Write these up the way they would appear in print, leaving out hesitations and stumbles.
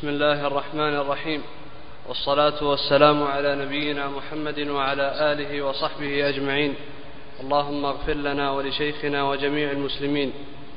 بسم الله الرحمن الرحيم، والصلاة والسلام على نبينا محمد وعلى آله وصحبه أجمعين. اللهم اغفر لنا ولشيخنا وجميع المسلمين.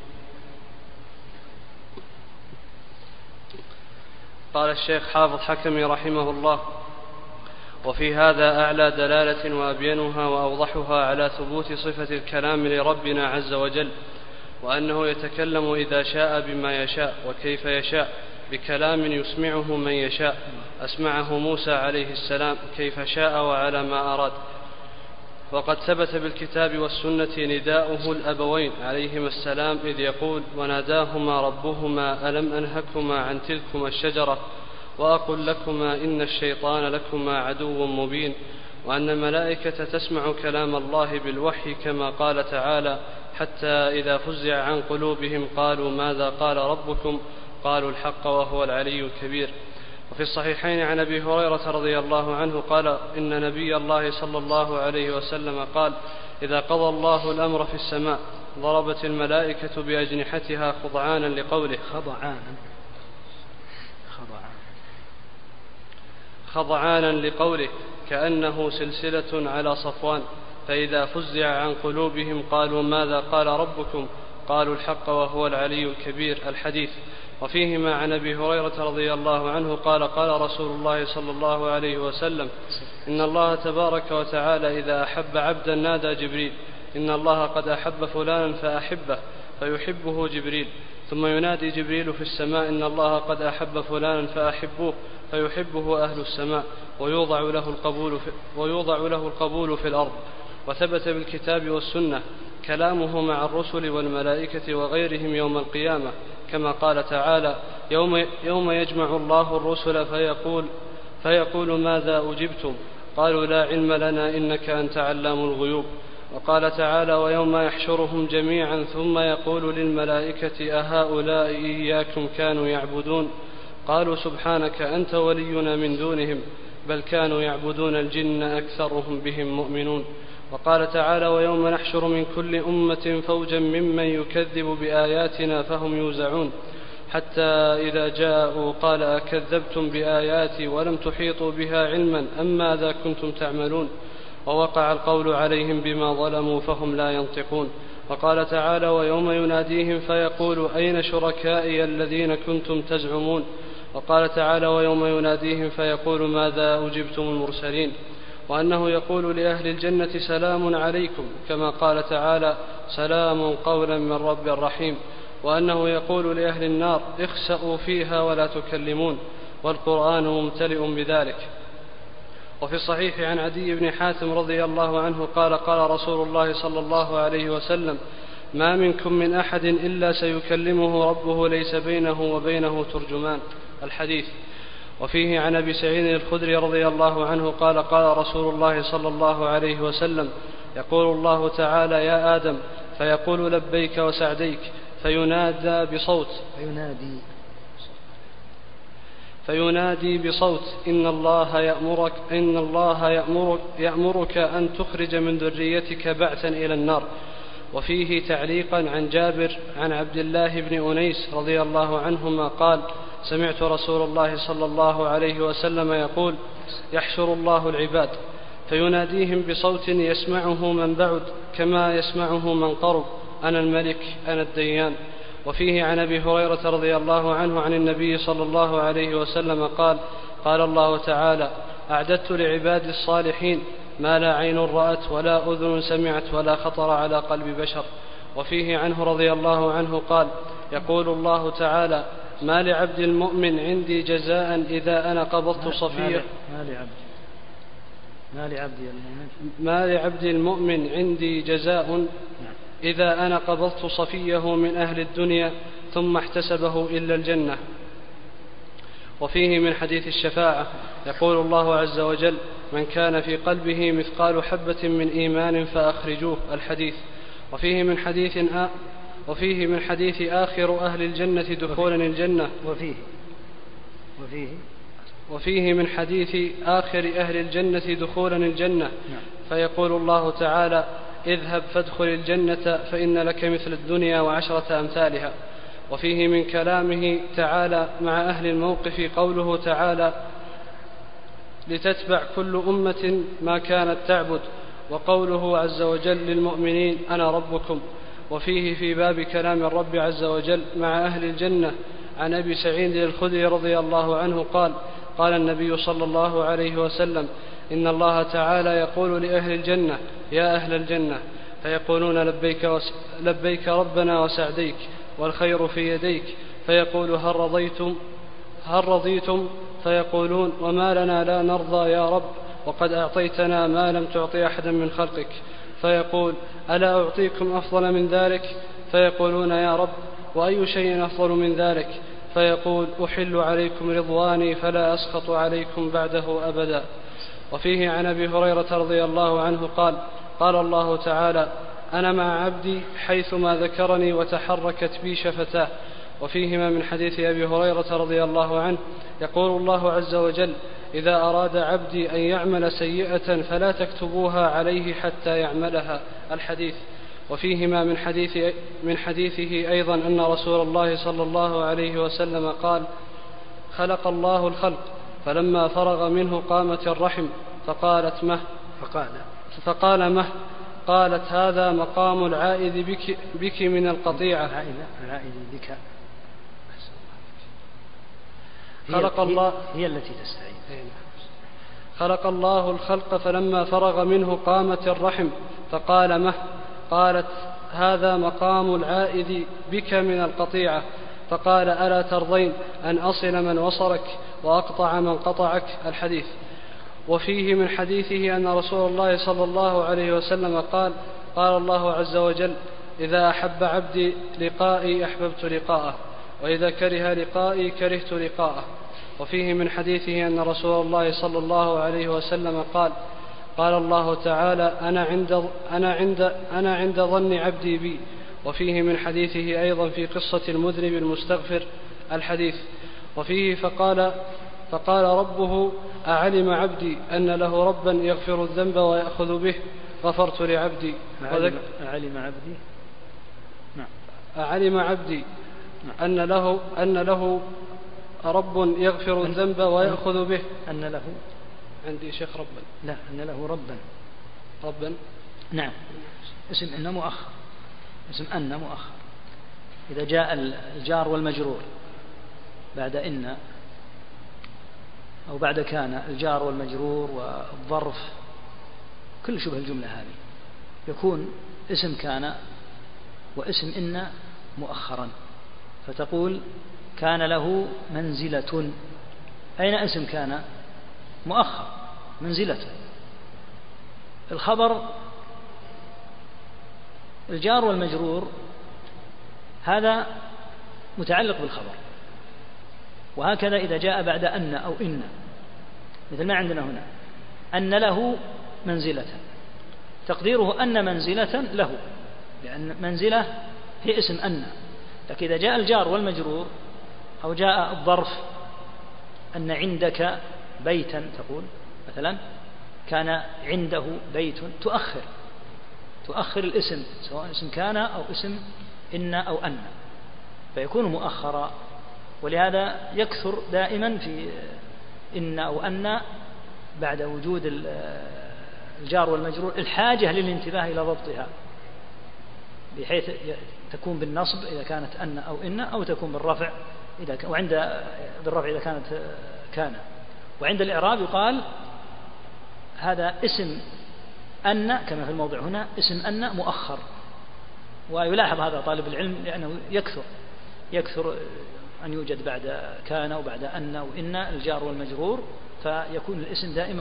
قال الشيخ حافظ حكمي رحمه الله: وفي هذا أعلى دلالة وأبينها وأوضحها على ثبوت صفة الكلام لربنا عز وجل، وأنه يتكلم إذا شاء بما يشاء وكيف يشاء بكلام يسمعه من يشاء. أسمعه موسى عليه السلام كيف شاء وعلى ما أراد. وقد ثبت بالكتاب والسنة نداؤه الأبوين عليهما السلام إذ يقول: وناداهما ربهما ألم أنهكما عن تلكما الشجرة وأقل لكما إن الشيطان لكما عدو مبين. وأن الملائكة تسمع كلام الله بالوحي كما قال تعالى: حتى إذا فزع عن قلوبهم قالوا ماذا قال ربكم قالوا الحق وهو العلي الكبير. وفي الصحيحين عن أبي هريرة رضي الله عنه قال: إن نبي الله صلى الله عليه وسلم قال: إذا قضى الله الأمر في السماء ضربت الملائكة بأجنحتها خضعانا لقوله كأنه سلسلة على صفوان، فإذا فزع عن قلوبهم قالوا ماذا قال ربكم قالوا الحق وهو العلي الكبير. الحديث. وفيهما عن أبي هريرة رضي الله عنه قال: قال رسول الله صلى الله عليه وسلم: إن الله تبارك وتعالى إذا أحب عبدا نادى جبريل: إن الله قد أحب فلانا فأحبه، فيحبه جبريل. ثم ينادي جبريل في السماء: إن الله قد أحب فلانا فأحبوه، فيحبه أهل السماء، ويوضع له القبول في الأرض. وثبت بالكتاب والسنة كلامه مع الرسل والملائكة وغيرهم يوم القيامة كما قال تعالى: يوم يجمع الله الرسل فيقول ماذا أجبتم قالوا لا علم لنا إنك أنت علام الغيوب. وقال تعالى: ويوم يحشرهم جميعا ثم يقول للملائكة أهؤلاء إياكم كانوا يعبدون قالوا سبحانك أنت ولينا من دونهم بل كانوا يعبدون الجن أكثرهم بهم مؤمنون. وقال تعالى: ويوم نحشر من كل أمة فوجا ممن يكذب بآياتنا فهم يوزعون حتى إذا جاءوا قال: أكذبتم بآياتي ولم تحيطوا بها علما أم ماذا كنتم تعملون. ووقع القول عليهم بما ظلموا فهم لا ينطقون. وقال تعالى: ويوم يناديهم فيقول أين شركائي الذين كنتم تزعمون. وقال تعالى: ويوم يناديهم فيقول ماذا أجبتم المرسلين. وأنه يقول لأهل الجنة سلام عليكم كما قال تعالى: سلام قولا من رب رحيم. وأنه يقول لأهل النار اخسأوا فيها ولا تكلمون، والقرآن ممتلئ بذلك. وفي الصحيح عن عدي بن حاتم رضي الله عنه قال: قال رسول الله صلى الله عليه وسلم: ما منكم من أحد إلا سيكلمه ربه ليس بينه وبينه ترجمان. الحديث. وفيه عن أبي سعيد الخدري رضي الله عنه قال: قال رسول الله صلى الله عليه وسلم: يقول الله تعالى: يا آدم، فيقول لبيك وسعديك، فينادي بصوت إن الله يأمرك أن تخرج من ذريتك بعثا إلى النار. وفيه تعليقا عن جابر عن عبد الله بن أنيس رضي الله عنهما قال: سمعت رسول الله صلى الله عليه وسلم يقول: يحشر الله العباد فيناديهم بصوت يسمعه من بعد كما يسمعه من قرب: أنا الملك أنا الديان. وفيه عن أبي هريرة رضي الله عنه عن النبي صلى الله عليه وسلم قال: قال الله تعالى: أعددت لعبادي الصالحين ما لا عين رأت ولا أذن سمعت ولا خطر على قلب بشر. وفيه عنه رضي الله عنه قال: يقول الله تعالى: ما لعبد المؤمن عندي جزاء إذا أنا قبضت صفيه ما لعبد المؤمن عندي جزاء إذا أنا قبضت صفيه من أهل الدنيا ثم احتسبه إلا الجنة. وفيه من حديث الشفاعة يقول الله عز وجل: من كان في قلبه مثقال حبة من إيمان فأخرجوه. الحديث. وفيه من حديث آخر أهل الجنة دخولا الجنة وفيه من حديث آخر أهل الجنة دخولا الجنة فيقول الله تعالى: اذهب فادخل الجنة فإن لك مثل الدنيا وعشرة أمثالها. وفيه من كلامه تعالى مع أهل الموقف قوله تعالى لتتبع كل أمة ما كانت تعبد، وقوله عز وجل للمؤمنين أنا ربكم. وفيه في باب كلام الرب عز وجل مع أهل الجنة عن أبي سعيد الخدري رضي الله عنه قال قال النبي صلى الله عليه وسلم إن الله تعالى يقول لأهل الجنة يا أهل الجنة، فيقولون لبيك ربنا وسعديك والخير في يديك، فيقول هل رضيتم؟ فيقولون وما لنا لا نرضى يا رب وقد أعطيتنا ما لم تعطي أحدا من خلقك. فيقول ألا أعطيكم أفضل من ذلك؟ فيقولون يا رب وأي شيء أفضل من ذلك؟ فيقول أحل عليكم رضواني فلا أسخط عليكم بعده أبدا. وفيه عن أبي هريرة رضي الله عنه قال قال الله تعالى أنا مع عبدي حيثما ذكرني وتحركت بي شفتاه. وفيهما من حديث أبي هريرة رضي الله عنه يقول الله عز وجل إذا أراد عبدي أن يعمل سيئة فلا تكتبوها عليه حتى يعملها، الحديث. وفيهما من حديثه أيضا أن رسول الله صلى الله عليه وسلم قال خلق الله الخلق فلما فرغ منه قامت الرحم فقالت مه، فقال مه، قالت هذا مقام العائد بك من القطيعة. العائد بك خلق الله هي التي تستعين. خلق الله الخلق فلما فرغ منه قامت الرحم فقال مه، قالت هذا مقام العائد بك من القطيعة. فقال ألا ترضين أن أصل من وصلك وأقطع من قطعك، الحديث. وفيه من حديثه أن رسول الله صلى الله عليه وسلم قال قال الله عز وجل إذا أحب عبدي لقائي أحببت لقاءه وإذا كره لقائي كرهت لقاءه. وفيه من حديثه أن رسول الله صلى الله عليه وسلم قال قال الله تعالى أنا عند ظن عبدي بي. وفيه من حديثه أيضا في قصة المذنب المستغفر، الحديث. وفيه فقال ربه أعلم عبدي أن له ربا يغفر الذنب ويأخذ به غفرت لعبدي. أعلم عبدي أن له رب يغفر الذنب ويأخذ به. أن له عندي شيخ ربا، لا أن له ربا نعم، اسم أن مؤخر، اسم أن مؤخر. إذا جاء الجار والمجرور بعد إن أو بعد كان، الجار والمجرور والظرف كل شبه الجملة هذه يكون اسم كان واسم إن مؤخرا، فتقول كان له منزلة. أين اسم كان؟ مؤخر، منزلة. الخبر الجار والمجرور هذا متعلق بالخبر، وهكذا إذا جاء بعد أن أو إن، مثل ما عندنا هنا أن له منزلة، تقديره أن منزلة له، لأن منزلة هي اسم أن. لكن إذا جاء الجار والمجرور أو جاء الظرف أن عندك بيتا، تقول مثلا كان عنده بيت، تؤخر الاسم سواء اسم كان أو اسم إن أو أن، فيكون مؤخرا. ولهذا يكثر دائما في إن أو أن بعد وجود الجار والمجرور الحاجة للانتباه إلى ضبطها، بحيث تكون بالنصب إذا كانت أن أو إن، أو تكون بالرفع بالرفع إذا كانت كان. وعند الإعراب يقال هذا اسم أن كما في الموضع هنا، اسم أن مؤخر. ويلاحظ هذا طالب العلم لأنه يكثر أن يوجد بعد كان وبعد أن وإن الجار والمجرور، فيكون الاسم دائما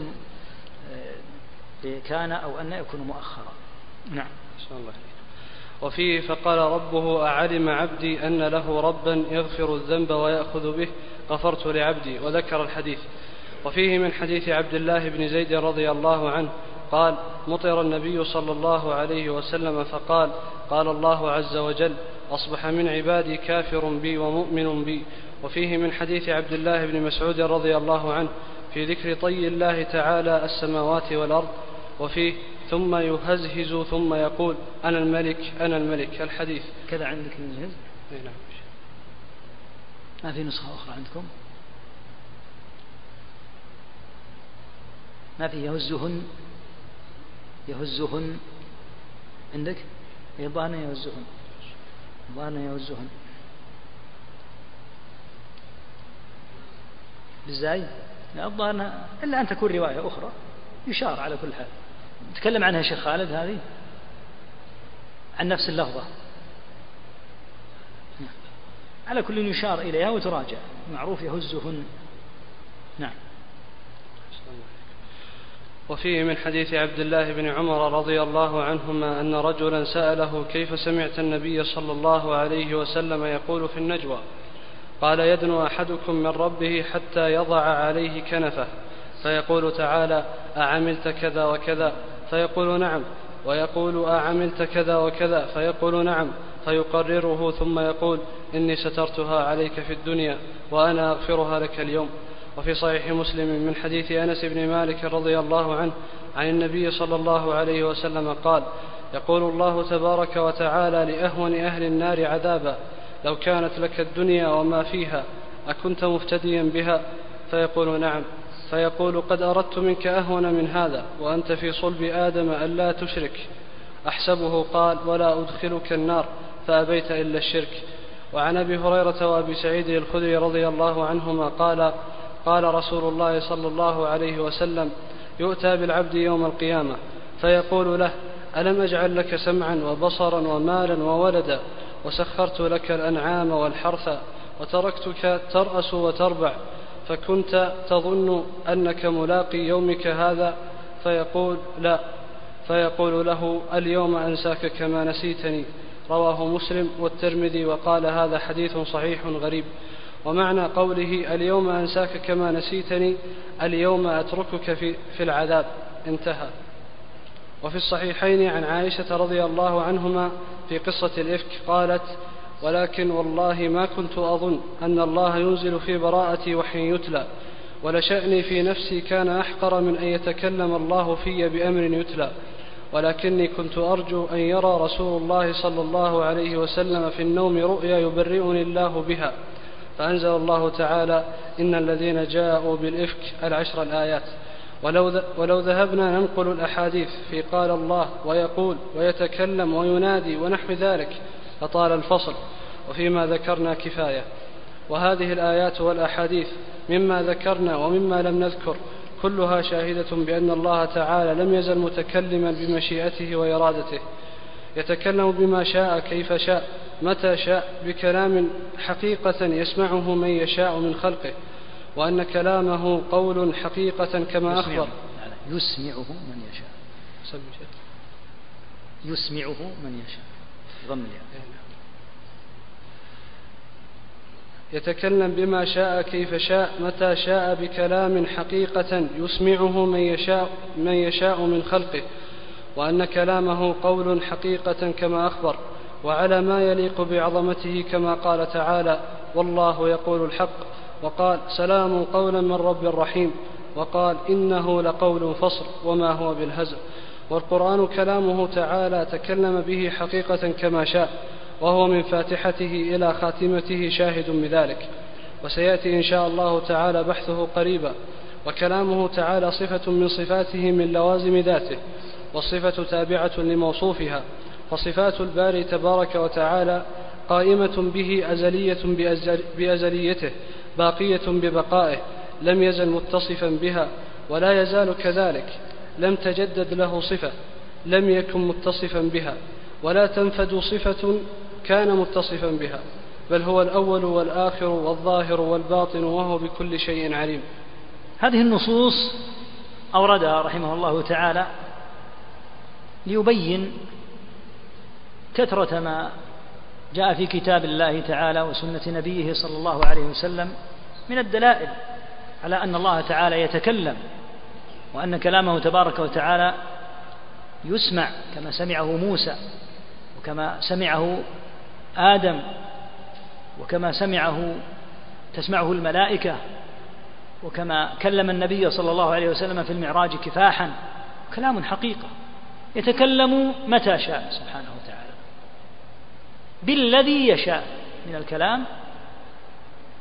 كان أو أن يكون مؤخرا. نعم. إن شاء الله. وفيه فقال ربه أعلم عبدي أن له ربا يغفر الذنب ويأخذ به غفرت لعبدي، وذكر الحديث. وفيه من حديث عبد الله بن زيد رضي الله عنه قال مطر النبي صلى الله عليه وسلم فقال قال الله عز وجل أصبح من عبادي كافر بي ومؤمن بي. وفيه من حديث عبد الله بن مسعود رضي الله عنه في ذكر طي الله تعالى السماوات والأرض، وفيه ثم يهزهز ثم يقول أنا الملك أنا الملك، الحديث. كذا عندك من الهز؟ نعم. ما في نسخة أخرى عندكم؟ ما في يهزهن عندك؟ الظاهر يهزهن بالزاي؟ لا الظاهر إلا أن تكون رواية أخرى يشار على كل حال. تكلم عنها شيخ خالد هذه عن نفس اللفظة، على كل يشار إليها وتراجع. معروف يهزهن. نعم. وفيه من حديث عبد الله بن عمر رضي الله عنهما أن رجلا سأله: كيف سمعت النبي صلى الله عليه وسلم يقول في النجوى؟ قال: يدنو أحدكم من ربه حتى يضع عليه كنفه، فيقول تعالى: أعملت كذا وكذا؟ فيقول: نعم. ويقول: أعملت كذا وكذا؟ فيقول: نعم. فيقرره ثم يقول: إني سترتها عليك في الدنيا وأنا أغفرها لك اليوم. وفي صحيح مسلم من حديث أنس بن مالك رضي الله عنه عن النبي صلى الله عليه وسلم قال: يقول الله تبارك وتعالى لأهون أهل النار عذابا: لو كانت لك الدنيا وما فيها أكنت مفتديا بها؟ فيقول: نعم. فيقول: قد أردت منك أهون من هذا وأنت في صلب آدم ألا تشرك. أحسبه قال: ولا أدخلك النار، فأبيت إلا الشرك. وعن أبي هريرة وأبي سعيد الخدري رضي الله عنهما قال رسول الله صلى الله عليه وسلم: يؤتى بالعبد يوم القيامة فيقول له: ألم أجعل لك سمعا وبصرا ومالا وولدا وسخرت لك الأنعام والحرث وتركتك ترأس وتربع فكنت تظن أنك ملاقي يومك هذا؟ فيقول: لا. فيقول له: اليوم أنساك كما نسيتني. رواه مسلم والترمذي وقال: هذا حديث صحيح غريب. ومعنى قوله: اليوم أنساك كما نسيتني، اليوم أتركك في العذاب. انتهى. وفي الصحيحين عن عائشة رضي الله عنهما في قصة الإفك قالت: ولكن والله ما كنت أظن أن الله ينزل في براءتي وحي يتلى، ولشأني في نفسي كان أحقر من أن يتكلم الله في بأمر يتلى، ولكني كنت أرجو أن يرى رسول الله صلى الله عليه وسلم في النوم رؤيا يبرئني الله بها، فأنزل الله تعالى: إن الذين جاءوا بالإفك 10 الآيات. ولو ذهبنا ننقل الأحاديث في قال الله ويقول ويتكلم وينادي ونحو ذلك فطال الفصل، وفيما ذكرنا كفاية. وهذه الآيات والأحاديث مما ذكرنا ومما لم نذكر كلها شاهدة بأن الله تعالى لم يزل متكلما بمشيئته وإرادته، يتكلم بما شاء كيف شاء متى شاء بكلام حقيقة يسمعه من يشاء من خلقه، وأن كلامه قول حقيقة كما أخبر. يسمعه من يشاء. يسمعه من يشاء. ضم يتكلم بما شاء كيف شاء متى شاء بكلام حقيقة يسمعه من يشاء من خلقه، وأن كلامه قول حقيقة كما أخبر، وعلى ما يليق بعظمته كما قال تعالى: والله يقول الحق، وقال: سلام قولا من رب رحيم، وقال: إنه لقول فصل وما هو بالهزل. والقرآن كلامه تعالى تكلم به حقيقة كما شاء، وهو من فاتحته إلى خاتمته شاهد بذلك، وسيأتي إن شاء الله تعالى بحثه قريبا. وكلامه تعالى صفة من صفاته من لوازم ذاته، والصفة تابعة لموصوفها، فصفات الباري تبارك وتعالى قائمة به أزلية بأزليته، باقية ببقائه، لم يزل متصفا بها ولا يزال كذلك، لم تجدد له صفة لم يكن متصفا بها، ولا تنفد صفة كان متصفا بها، بل هو الأول والآخر والظاهر والباطن، وهو بكل شيء عليم. هذه النصوص أوردها رحمه الله تعالى ليبين كثرة ما جاء في كتاب الله تعالى وسنة نبيه صلى الله عليه وسلم من الدلائل على أن الله تعالى يتكلم، وأن كلامه تبارك وتعالى يسمع كما سمعه موسى، وكما سمعه آدم، وكما تسمعه الملائكة، وكما كلم النبي صلى الله عليه وسلم في المعراج كفاحا. كلام حقيقة يتكلم متى شاء سبحانه وتعالى بالذي يشاء من الكلام،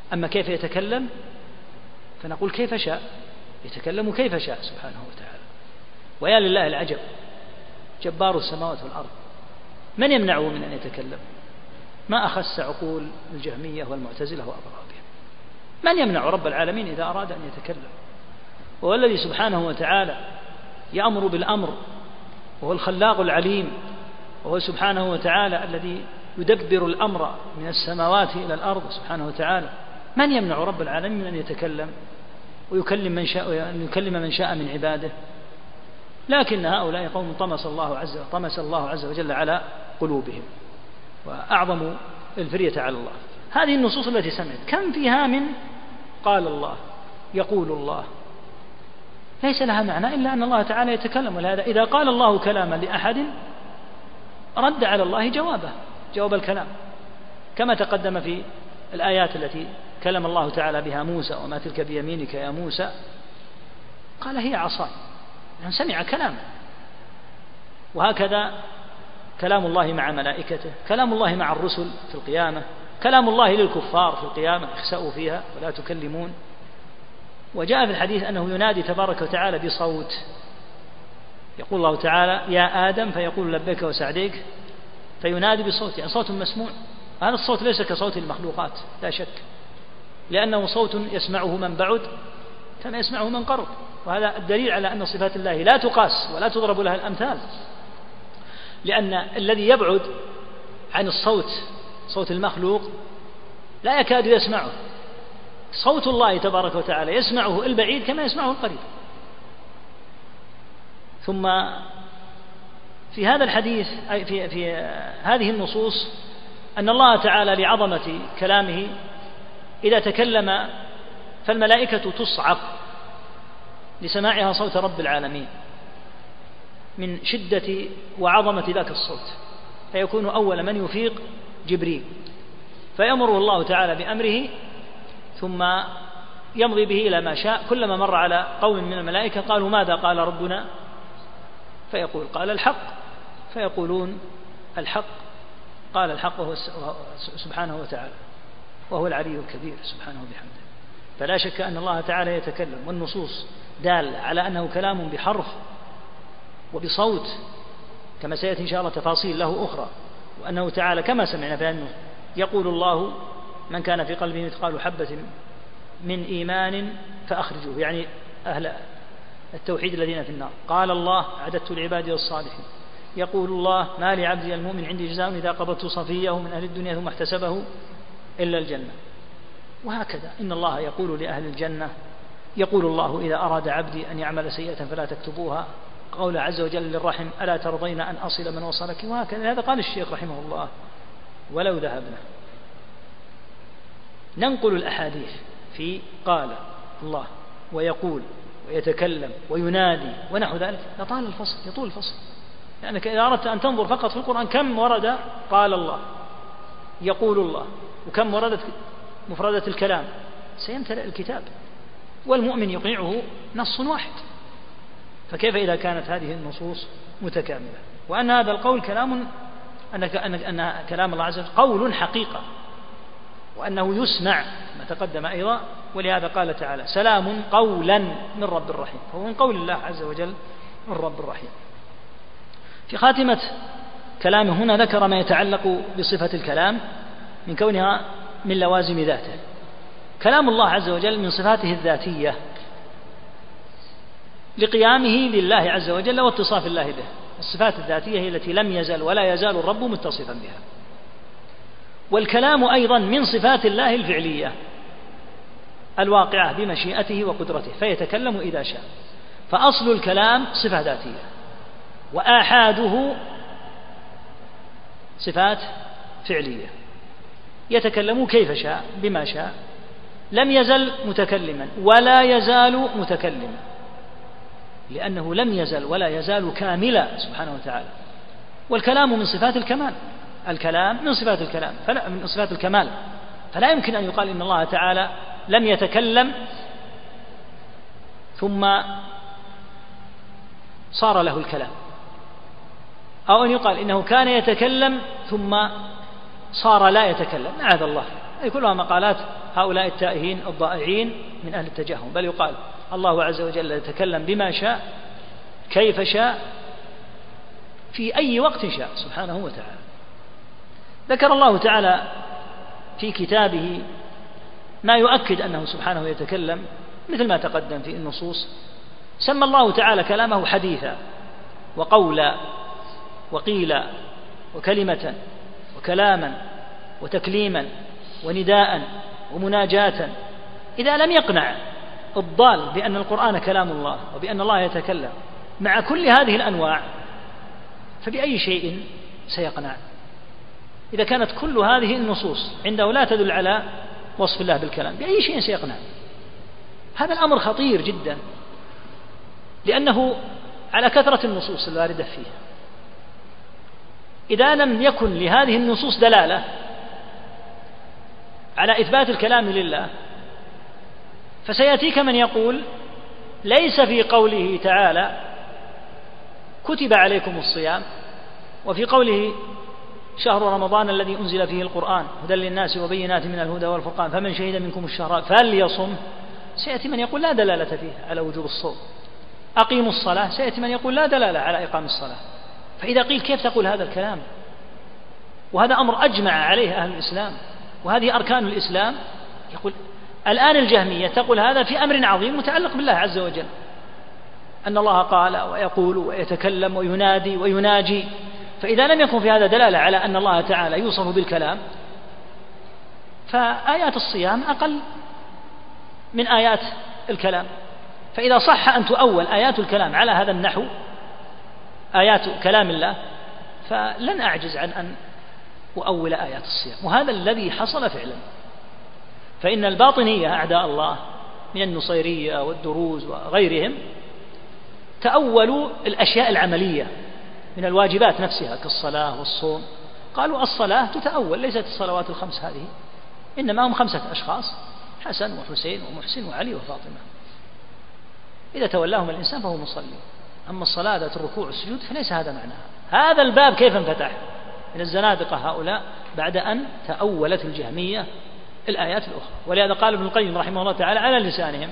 أما كيف يتكلم فنقول كيف شاء، يتكلم كيف شاء سبحانه وتعالى. ويا لله العجب، جبار السماوات والأرض، من يمنعه من أن يتكلم؟ ما أخس عقول الجهمية والمعتزلة وأضرابهم. من يمنع رب العالمين إذا أراد أن يتكلم؟ وهو الذي سبحانه وتعالى يأمر بالأمر، وهو الخلاق العليم، وهو سبحانه وتعالى الذي يدبر الأمر من السماوات إلى الأرض سبحانه وتعالى. من يمنع رب العالمين من أن يتكلم ويكلم من شاء من عباده؟ لكن هؤلاء قوم طمس الله عز وجل على قلوبهم، وأعظم الفرية على الله. هذه النصوص التي سمعت كم فيها من قال الله، يقول الله، ليس لها معنى إلا أن الله تعالى يتكلم. ولهذا إذا قال الله كلاما لأحد رد على الله جواب الكلام، كما تقدم في الآيات التي كلم الله تعالى بها موسى: وما تلك بيمينك يا موسى؟ قال: هي عصاي، يعني سمع كلاما. وهكذا كلام الله مع ملائكته، كلام الله مع الرسل في القيامة، كلام الله للكفار في القيامة: اخسأوا فيها ولا تكلمون. وجاء في الحديث أنه ينادي تبارك وتعالى بصوت، يقول الله تعالى: يا آدم، فيقول: لبيك وسعديك، فينادي بصوت، يعني صوت مسموع. هذا الصوت ليس كصوت المخلوقات لا شك، لأنه صوت يسمعه من بعد كما يسمعه من قرب. وهذا الدليل على أن صفات الله لا تقاس ولا تضرب لها الأمثال، لأن الذي يبعد عن صوت المخلوق لا يكاد يسمعه. صوت الله تبارك وتعالى يسمعه البعيد كما يسمعه القريب. ثم في هذا الحديث في هذه النصوص أن الله تعالى لعظمة كلامه إذا تكلم فالملائكة تصعق لسماعها صوت رب العالمين من شدة وعظمة ذاك الصوت، فيكون أول من يفيق جبريل، فيأمره الله تعالى بأمره ثم يمضي به إلى ما شاء. كلما مر على قوم من الملائكة قالوا: ماذا قال ربنا؟ فيقول: قال الحق. فيقولون: الحق، قال الحق وهو سبحانه وتعالى، وهو العلي الكبير سبحانه وبحمده. فلا شك أن الله تعالى يتكلم، والنصوص دالة على أنه كلام بحرف وبصوت، كما سيأتي إن شاء الله تفاصيل له أخرى. وأنه تعالى كما سمعنا بأنه يقول الله: من كان في قلبه مثقال حبة من إيمان فأخرجوه، يعني أهل التوحيد الذين في النار. قال الله: أعددت لعبادي الصالحين. يقول الله: ما لعبدي المؤمن عندي جزاء إذا قبضت صفيه من أهل الدنيا ثم احتسبه إلا الجنة. وهكذا إن الله يقول لأهل الجنة: يقول الله إذا أراد عبدي أن يعمل سيئة فلا تكتبوها، قول عز وجل للرحم: ألا ترضين أن أصل من وصلك. وهكذا. هذا قال الشيخ رحمه الله: ولو ذهبنا ننقل الأحاديث في قال الله ويقول ويتكلم وينادي ونحو ذلك يطول الفصل. يعني إذا أردت أن تنظر فقط في القرآن كم ورد قال الله، يقول الله، وكم وردت مفردة الكلام، سيمتلئ الكتاب، والمؤمن يقنعه نص واحد. فكيف إذا كانت هذه النصوص متكاملة؟ وأن هذا القول أن كلام الله عز وجل قول حقيقة، وأنه يسمع ما تقدم أيضا. ولهذا قال تعالى: سلام قولا من رب الرحيم، فهو من قول الله عز وجل من رب الرحيم. في خاتمة كلامه هنا ذكر ما يتعلق بصفة الكلام من كونها من لوازم ذاته. كلام الله عز وجل من صفاته الذاتية لقيامه لله عز وجل واتصاف الله به. الصفات الذاتية هي التي لم يزل ولا يزال الرب متصفا بها. والكلام أيضا من صفات الله الفعلية الواقعة بمشيئته وقدرته، فيتكلم إذا شاء. فأصل الكلام صفة ذاتية، وآحاده صفات فعلية، يتكلم كيف شاء بما شاء، لم يزل متكلما ولا يزال متكلما، لأنه لم يزل ولا يزال كاملا سبحانه وتعالى. والكلام من صفات الكمال، الكلام من صفات الكلام من صفات الكمال، فلا يمكن أن يقال إن الله تعالى لم يتكلم ثم صار له الكلام، أو أن يقال إنه كان يتكلم ثم صار لا يتكلم، معاذ الله. أي كلها مقالات هؤلاء التائهين الضائعين من أهل التجهم. بل يقال الله عز وجل يتكلم بما شاء كيف شاء في أي وقت شاء سبحانه وتعالى. ذكر الله تعالى في كتابه ما يؤكد أنه سبحانه يتكلم مثل ما تقدم في النصوص. سمى الله تعالى كلامه حديثا وقولا وقيلا وكلمة وكلاما وتكليما ونداء ومناجاة. إذا لم يقنع الضال بأن القرآن كلام الله وبأن الله يتكلم مع كل هذه الأنواع فبأي شيء سيقنع؟ إذا كانت كل هذه النصوص عنده لا تدل على وصف الله بالكلام بأي شيء سيقنع؟ هذا الأمر خطير جدا، لأنه على كثرة النصوص الواردة فيه. إذا لم يكن لهذه النصوص دلالة على إثبات الكلام لله فسيأتيك من يقول ليس في قوله تعالى كتب عليكم الصيام وفي قوله شهر رمضان الذي أنزل فيه القرآن هدى للناس وبينات من الهدى والفرقان فمن شهد منكم الشهر فليصم. سيأتي من يقول لا دلالة فيه على وجوب الصوم. أقيموا الصلاة، سيأتي من يقول لا دلالة على إقام الصلاة. فإذا قيل كيف تقول هذا الكلام؟ وهذا أمر أجمع عليه أهل الإسلام وهذه أركان الإسلام. يقول الآن الجهمية تقول هذا في أمر عظيم متعلق بالله عز وجل، أن الله قال ويقول ويتكلم وينادي ويناجي. فإذا لم يكن في هذا دلالة على أن الله تعالى يوصف بالكلام فآيات الصيام أقل من آيات الكلام. فإذا صح أن تؤول آيات الكلام على هذا النحو آيات كلام الله فلن أعجز عن أن أؤول آيات الصيام. وهذا الذي حصل فعلا. فإن الباطنية أعداء الله من النصيرية والدروز وغيرهم تأولوا الأشياء العملية من الواجبات نفسها كالصلاة والصوم. قالوا الصلاة تتأول، ليست الصلوات الخمس هذه، إنما هم 5 أشخاص حسن وحسين ومحسن وعلي وفاطمة، إذا تولاهم الإنسان فهو مصلي. أما الصلاة ذات الركوع والسجود فليس هذا معناها. هذا الباب كيف انفتح من الزنادقة هؤلاء بعد أن تأولت الجهمية الآيات الأخرى. ولهذا قال ابن القيم رحمه الله تعالى على لسانهم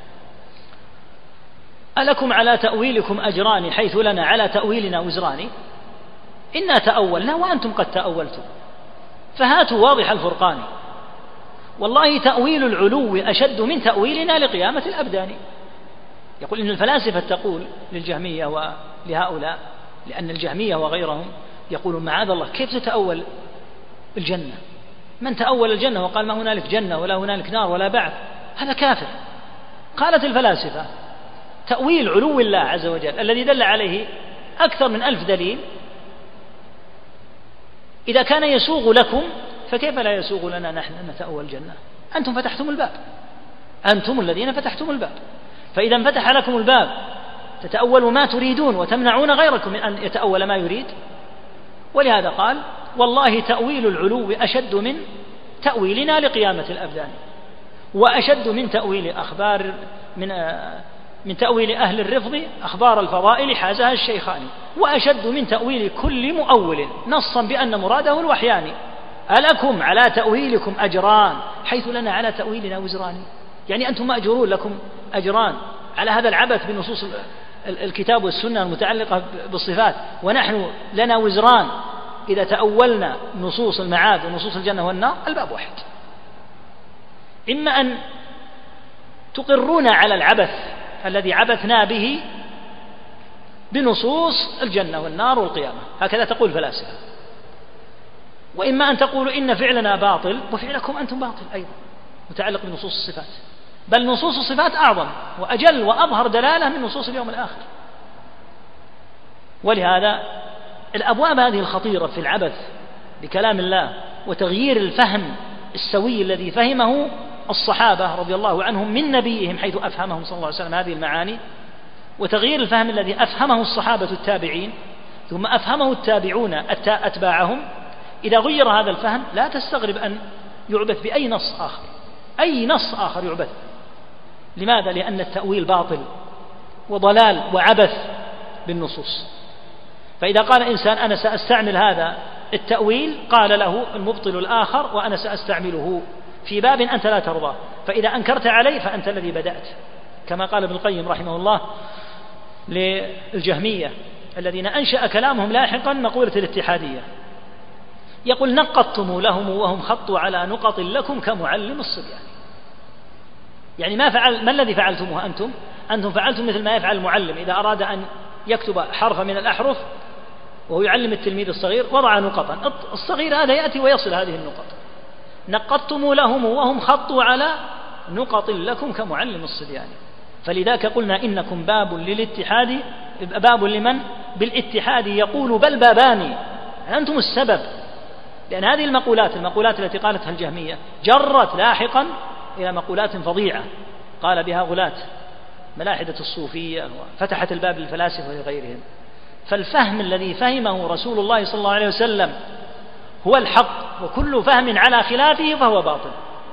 ألكم على تأويلكم أجران حيث لنا على تأويلنا وزران إنا تأولنا وأنتم قد تأولتم فهاتوا واضح الفرقان والله تأويل العلو أشد من تأويلنا لقيامة الأبدان. يقول إن الفلاسفة تقول للجهمية ولهؤلاء، لأن الجهمية وغيرهم يقولون معاذ الله كيف تتأول الجنة؟ من تأول الجنة وقال ما هنالك جنة ولا هنالك نار ولا بعث هذا كافر. قالت الفلاسفة تأويل علو الله عز وجل الذي دل عليه أكثر من 1000 دليل إذا كان يسوغ لكم فكيف لا يسوغ لنا نحن أن نتأول الجنة؟ أنتم فتحتم الباب، أنتم الذين فتحتم الباب. فإذا انفتح لكم الباب تتأولوا ما تريدون وتمنعون غيركم من أن يتأول ما يريد. ولهذا قال والله تأويل العلو أشد من تأويلنا لقيامة الأبدان وأشد من تأويل أخبار من تأويل أهل الرفض أخبار الفضائل حازها الشيخان وأشد من تأويل كل مؤول نصا بأن مراده الوحيان. ألكم على تأويلكم أجران حيث لنا على تأويلنا وزران. يعني أنتم مأجورون لكم أجران على هذا العبث بنصوص الكتاب والسنة المتعلقة بالصفات، ونحن لنا وزران إذا تأولنا نصوص المعاد ونصوص الجنة والنار. الباب واحد، إما أن تقرون على العبث الذي عبثنا به بنصوص الجنة والنار والقيامة، هكذا تقول الفلاسفة، وإما أن تقولوا إن فعلنا باطل وفعلكم أنتم باطل أيضا متعلق بنصوص الصفات، بل نصوص الصفات أعظم وأجل وأظهر دلالة من نصوص اليوم الآخر. ولهذا الأبواب هذه الخطيرة في العبث بكلام الله وتغيير الفهم السوي الذي فهمه الصحابة رضي الله عنهم من نبيهم حيث أفهمهم صلى الله عليه وسلم هذه المعاني، وتغيير الفهم الذي أفهمه الصحابة التابعين ثم أفهمه التابعون أتباعهم. إذا غير هذا الفهم لا تستغرب أن يعبث بأي نص آخر، أي نص آخر يعبث. لماذا؟ لأن التأويل باطل وضلال وعبث بالنصوص. فإذا قال إنسان أنا سأستعمل هذا التأويل قال له المبطل الآخر وأنا سأستعمله في باب أنت لا ترضاه، فإذا أنكرت علي فأنت الذي بدأت، كما قال ابن القيم رحمه الله للجهمية الذين أنشأ كلامهم لاحقا مقولة الاتحادية، يقول نقضتم لهم وهم خطوا على نقط لكم كمعلم الصبيان. يعني ما الذي فعلتموه أنتم فعلتم مثل ما يفعل المعلم إذا أراد أن يكتب حرف من الأحرف وهو يعلم التلميذ الصغير وضع نقطا، الصغير هذا يأتي ويصل هذه النقط. نقضتم لهم وهم خطوا على نقط لكم كمعلم الصبيان. فلذاك قلنا إنكم باب للاتحاد، باب لمن بالاتحاد يقول بل بابان، أنتم السبب، لأن هذه المقولات التي قالتها الجهمية جرت لاحقا إلى مقولات فظيعة قال بها غلاة ملاحدة الصوفية وفتحت الباب للفلاسفة وغيرهم. فالفهم الذي فهمه رسول الله صلى الله عليه وسلم هو الحق، وكل فهم على خلافه فهو باطل،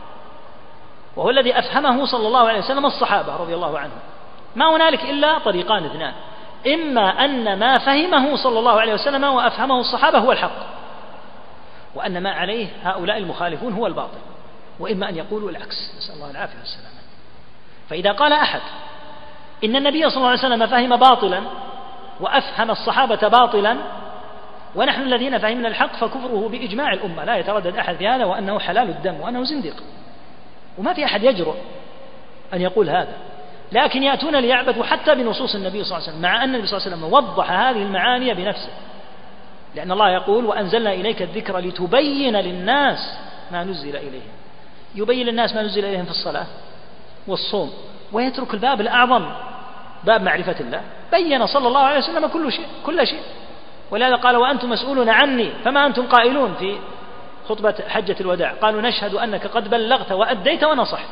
وهو الذي أفهمه صلى الله عليه وسلم الصحابة رضي الله عنهم. ما هنالك إلا طريقان اثنان، إما أن ما فهمه صلى الله عليه وسلم وأفهمه الصحابة هو الحق، وأن ما عليه هؤلاء المخالفون هو الباطل، وإما أن يقولوا العكس، نسأل الله العافية والسلامة. فإذا قال أحد إن النبي صلى الله عليه وسلم فهم باطلا وأفهم الصحابة باطلا ونحن الذين فهمنا الحق، فكفره بإجماع الأمة، لا يتردد أحد في هذا، وأنه حلال الدم وأنه زنديق، وما في أحد يجرؤ أن يقول هذا. لكن يأتون ليعبثوا حتى بنصوص النبي صلى الله عليه وسلم، مع أن النبي صلى الله عليه وسلم وضح هذه المعاني بنفسه، لأن الله يقول وأنزلنا إليك الذكر لتبين للناس ما نزل إليهم. يبين للناس ما نزل إليهم في الصلاة والصوم، ويترك الباب الأعظم باب معرفة الله. بين صلى الله عليه وسلم كل شيء، ولهذا قال وأنتم مسؤولون عني فما أنتم قائلون في خطبة حجة الوداع، قالوا نشهد أنك قد بلغت وأديت ونصحت،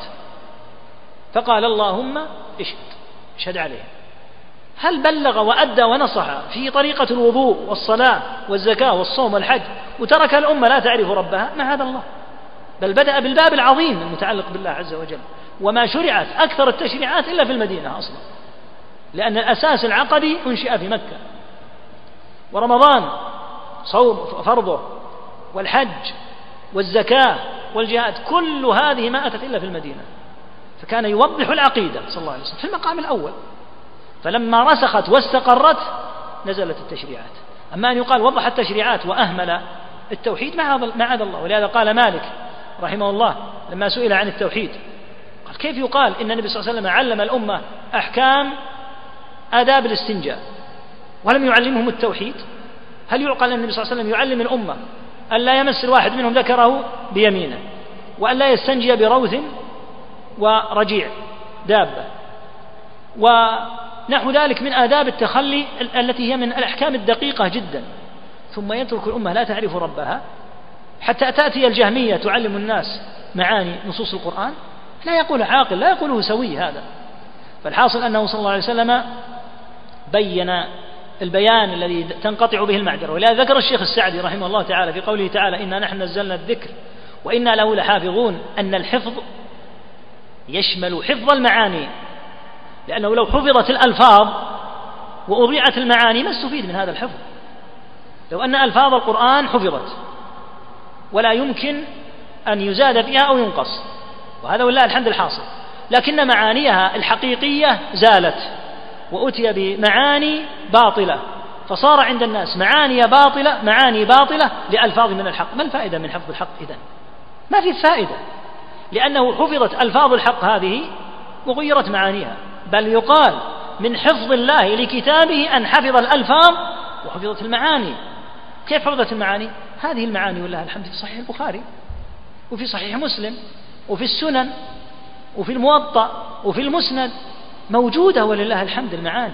فقال اللهم اشهد عليه. هل بلغ وأدى ونصح في طريقة الوضوء والصلاة والزكاة والصوم والحج وترك الأمة لا تعرف ربها؟ ما هذا الله، بل بدأ بالباب العظيم المتعلق بالله عز وجل. وما شرعت أكثر التشريعات إلا في المدينة أصلا، لأن الأساس العقدي أنشئ في مكة، ورمضان صوم فرضه والحج والزكاة والجهاد كل هذه ما أتت إلا في المدينة، فكان يوضح العقيدة صلى الله عليه وسلم في المقام الأول. فلما رسخت واستقرت نزلت التشريعات. أما أن يقال وضح التشريعات وأهمل التوحيد معاذ الله. ولهذا قال مالك رحمه الله لما سئل عن التوحيد قال كيف يقال إن النبي صلى الله عليه وسلم علم الأمة أحكام آداب الاستنجاء ولم يعلمهم التوحيد؟ هل يعقل أن النبي صلى الله عليه وسلم يعلم الأمة أن لا يمس الواحد منهم ذكره بيمينه، وأن لا يستنجي بروث ورجيع دابة، ونحو ذلك من آداب التخلي التي هي من الأحكام الدقيقة جدا، ثم يترك الأمة لا تعرف ربها حتى تأتي الجهمية تعلم الناس معاني نصوص القرآن؟ لا يقول عاقل، لا يقوله سوي هذا. فالحاصل أنه صلى الله عليه وسلم بين البيان الذي تنقطع به المعذرة. ولهذا ذكر الشيخ السعدي رحمه الله تعالى في قوله تعالى إنا نحن نزلنا الذكر وإنا له لحافظون أن الحفظ يشمل حفظ المعاني، لأنه لو حفظت الألفاظ وأضيعت المعاني ما استفيد من هذا الحفظ. لو أن ألفاظ القرآن حفظت ولا يمكن أن يزاد فيها أو ينقص، وهذا والله الحمد الحاصل، لكن معانيها الحقيقية زالت وأتي بمعاني باطلة، فصار عند الناس معاني باطلة لألفاظ من الحق. ما الفائدة من حفظ الحق إذن؟ ما في فائدة، لأنه حفظت ألفاظ الحق هذه وغيرت معانيها. بل يقال من حفظ الله لكتابه أن حفظ الألفاظ وحفظت المعاني. كيف حفظت المعاني؟ هذه المعاني والله الحمد في صحيح البخاري وفي صحيح مسلم وفي السنن وفي الموطأ وفي المسند موجودة ولله الحمد.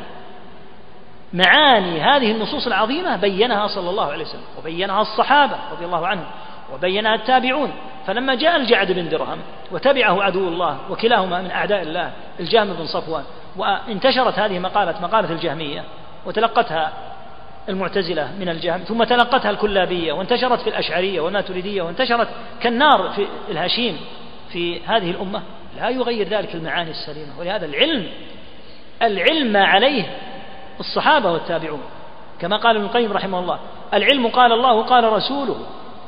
معاني هذه النصوص العظيمة بينها صلى الله عليه وسلم وبينها الصحابة رضي الله عنهم وبينها التابعون. فلما جاء الجعد بن درهم وتبعه عدو الله وكلاهما من أعداء الله الجهم بن صفوان، وانتشرت هذه مقالة الجهمية وتلقتها المعتزلة من الجهم، ثم تلقتها الكلابية وانتشرت في الأشعرية والماتريدية وانتشرت كالنار في الهشيم في هذه الأمة، لا يغير ذلك المعاني السليمة. ولهذا العلم ما عليه الصحابة والتابعون، كما قال ابن القيم رحمه الله العلم قال الله قال رسوله،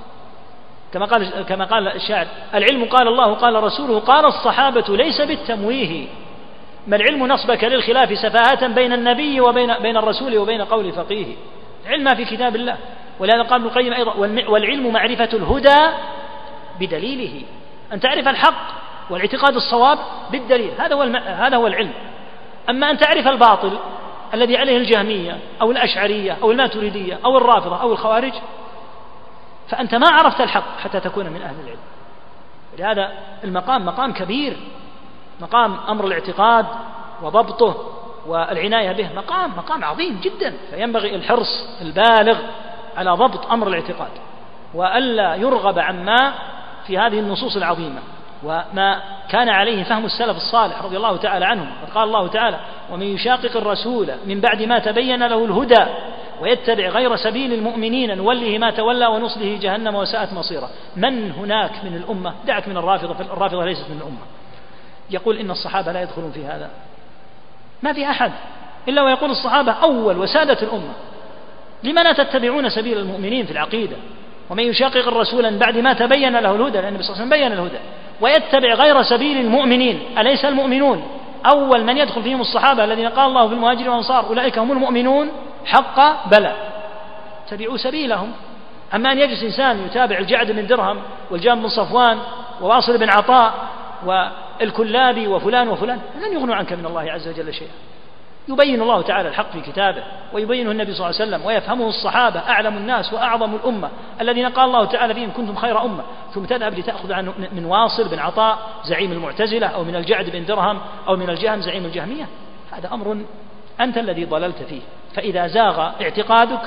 كما قال الشاعر: العلم قال الله قال رسوله قال الصحابة ليس بالتمويه، ما العلم نصبك للخلاف سفاهة بين النبي وبين الرسول وبين قول فقيه. العلم ما في كتاب الله. ولهذا قال ابن القيم أيضا: والعلم معرفة الهدى بدليله، أن تعرف الحق والاعتقاد الصواب بالدليل، هذا هو العلم. أما أن تعرف الباطل الذي عليه الجهمية أو الأشعرية أو الماتريدية أو الرافضة أو الخوارج، فأنت ما عرفت الحق حتى تكون من أهل العلم. لهذا المقام مقام كبير، مقام أمر الاعتقاد وضبطه والعناية به مقام عظيم جدا، فينبغي الحرص البالغ على ضبط أمر الاعتقاد، وألا يرغب عما في هذه النصوص العظيمة وما كان عليه فهم السلف الصالح رضي الله تعالى عنهم. قال الله تعالى: ومن يشاقق الرسول من بعد ما تبين له الهدى ويتبع غير سبيل المؤمنين نوله ما تولى ونصله جهنم وساءت مصيرا. من هناك من الأمة، دعك من الرافضة، فالرافضة ليست من الأمة، يقول إن الصحابة لا يدخلون في هذا؟ ما في أحد إلا ويقول الصحابة أول وسادة الأمة. لما لا تتبعون سبيل المؤمنين في العقيدة؟ ومن يشاقق الرسول من بعد ما تبين له الهدى، لأن النبي صلى الله عليه وسلم بين الهدى، ويتبع غير سبيل المؤمنين. أليس المؤمنون أول من يدخل فيهم الصحابة الذين قال الله في المهاجرين والأنصار أولئك هم المؤمنون حقا؟ بلى، تبعوا سبيلهم. أما أن يجلس إنسان يتابع الجعد بن درهم والجام بن صفوان وواصل بن عطاء والكلابي وفلان وفلان، لن يغنوا عنك من الله عز وجل شيئا. يبين الله تعالى الحق في كتابه ويبينه النبي صلى الله عليه وسلم ويفهمه الصحابة أعلم الناس وأعظم الأمة الذين قال الله تعالى فيهم كنتم خير أمة، ثم تذهب لتأخذ عنه من واصل بن عطاء زعيم المعتزلة أو من الجعد بن درهم أو من الجهم زعيم الجهمية. هذا أمر أنت الذي ضللت فيه. فإذا زاغ اعتقادك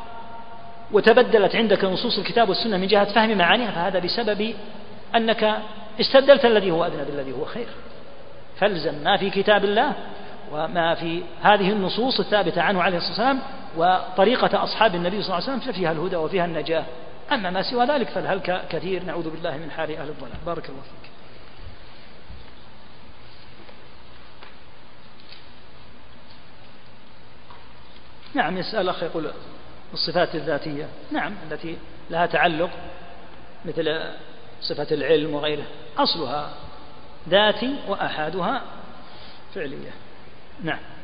وتبدلت عندك نصوص الكتاب والسنة من جهة فهم معانيها، فهذا بسبب أنك استبدلت الذي هو أدنى بالذي هو خير. فالزم ما في كتاب الله وما في هذه النصوص الثابتة عنه عليه الصلاة والسلام وطريقة أصحاب النبي صلى الله عليه وسلم، ففيها الهدى وفيها النجاة. أما ما سوى ذلك فالهلك كثير، نعوذ بالله من حال أهل الضلال. بارك الله فيك. نعم، يسأل الأخ يقول الصفات الذاتية، نعم، التي لها تعلق مثل صفة العلم وغيره، أصلها ذاتي وأحادها فعلية. نعم.